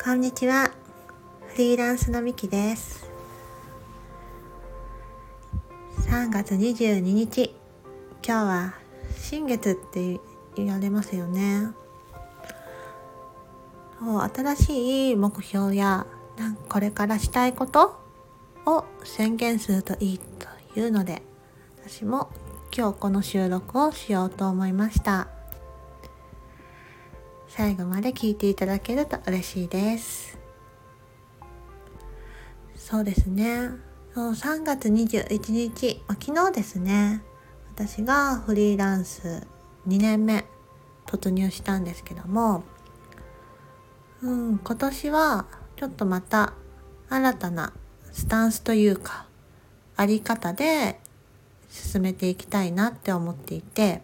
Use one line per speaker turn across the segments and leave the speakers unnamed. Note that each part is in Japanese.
こんにちは。フリーランスのみきです。3月22日、今日は新月って言われますよね。新しい目標やこれからしたいことを宣言するといいというので、私も今日この収録をしようと思いました。最後まで聞いていただけると嬉しいです。そうですね。3月21日、昨日ですね。私がフリーランス2年目突入したんですけども、今年はちょっとまた新たなスタンスというかあり方で進めていきたいなって思っていて、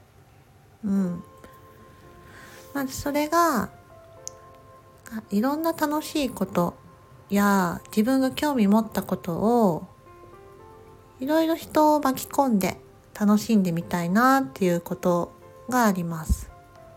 まずそれがいろんな楽しいことや自分が興味持ったことをいろいろ人を巻き込んで楽しんでみたいなっていうことがあります。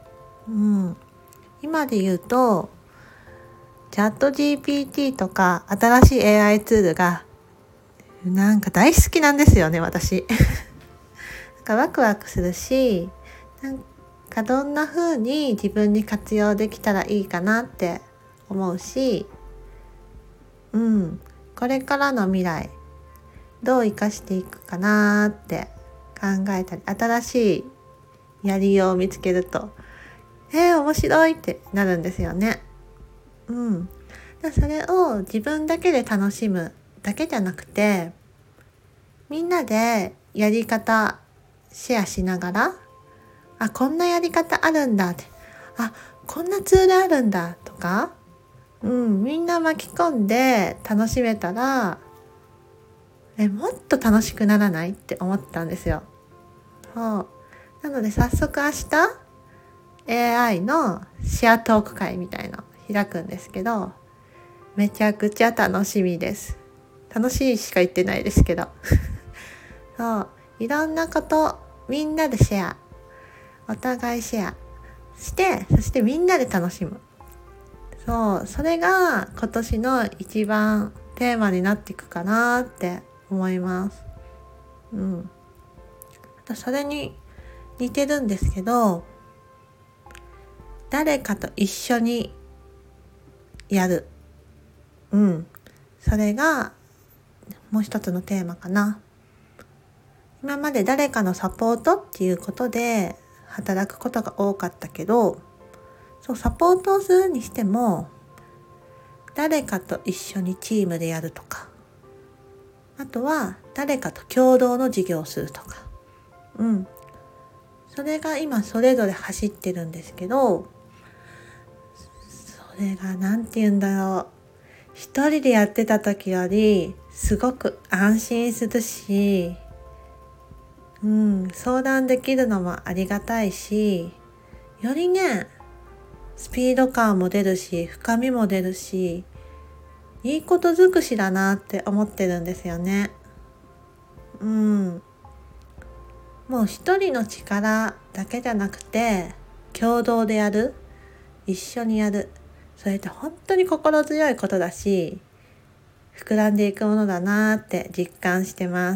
今で言うとチャット GPT とか新しい AI ツールが大好きなんですよね、私。ワクワクするし、どんな風に自分に活用できたらいいかなって思うし、これからの未来どう生かしていくかなって考えたり、新しいやりようを見つけると面白いってなるんですよね。それを自分だけで楽しむだけじゃなくて、みんなでやり方シェアしながら、こんなやり方あるんだって、こんなツールあるんだとか、みんな巻き込んで楽しめたら、もっと楽しくならないって思ったんですよ。なので早速明日 AI のシェアトーク会みたいなの開くんですけど、めちゃくちゃ楽しみです。楽しいしか言ってないですけどいろんなことみんなでシェア、お互いシェアして、そしてみんなで楽しむ。それが今年の一番テーマになっていくかなって思います。それに似てるんですけど、誰かと一緒にやる。それがもう一つのテーマかな。今まで誰かのサポートっていうことで働くことが多かったけど、サポートをするにしても誰かと一緒にチームでやるとか、あとは誰かと共同の事業をするとか、それが今それぞれ走ってるんですけど、それが一人でやってた時よりすごく安心するし、相談できるのもありがたいし、よりスピード感も出るし、深みも出るし、いいこと尽くしだなって思ってるんですよね。もう一人の力だけじゃなくて、共同でやる、一緒にやる、それって本当に心強いことだし、膨らんでいくものだなって実感してます。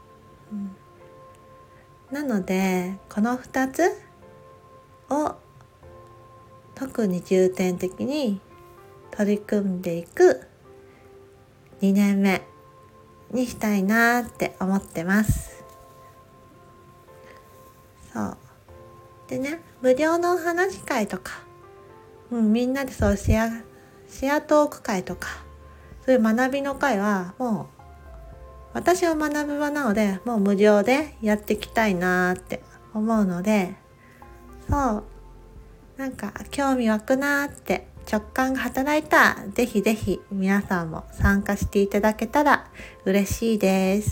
なのでこの2つを特に重点的に取り組んでいく2年目にしたいなって思ってます。でね、無料のお話し会とか、みんなでシェアトーク会とか、そういう学びの会はもう私は学ぶ場なので、もう無料でやっていきたいなって思うので、興味湧くなって直感が働いたら、ぜひぜひ皆さんも参加していただけたら嬉しいです。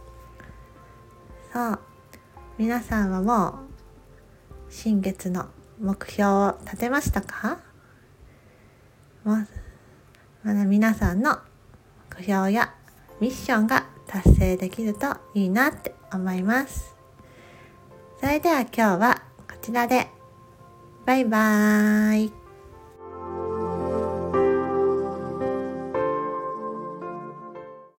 皆さんはもう新月の目標を立てましたか？まだ皆さんの目標やミッションが達成できるといいなって思います。それでは今日はこちらで。バイバーイ。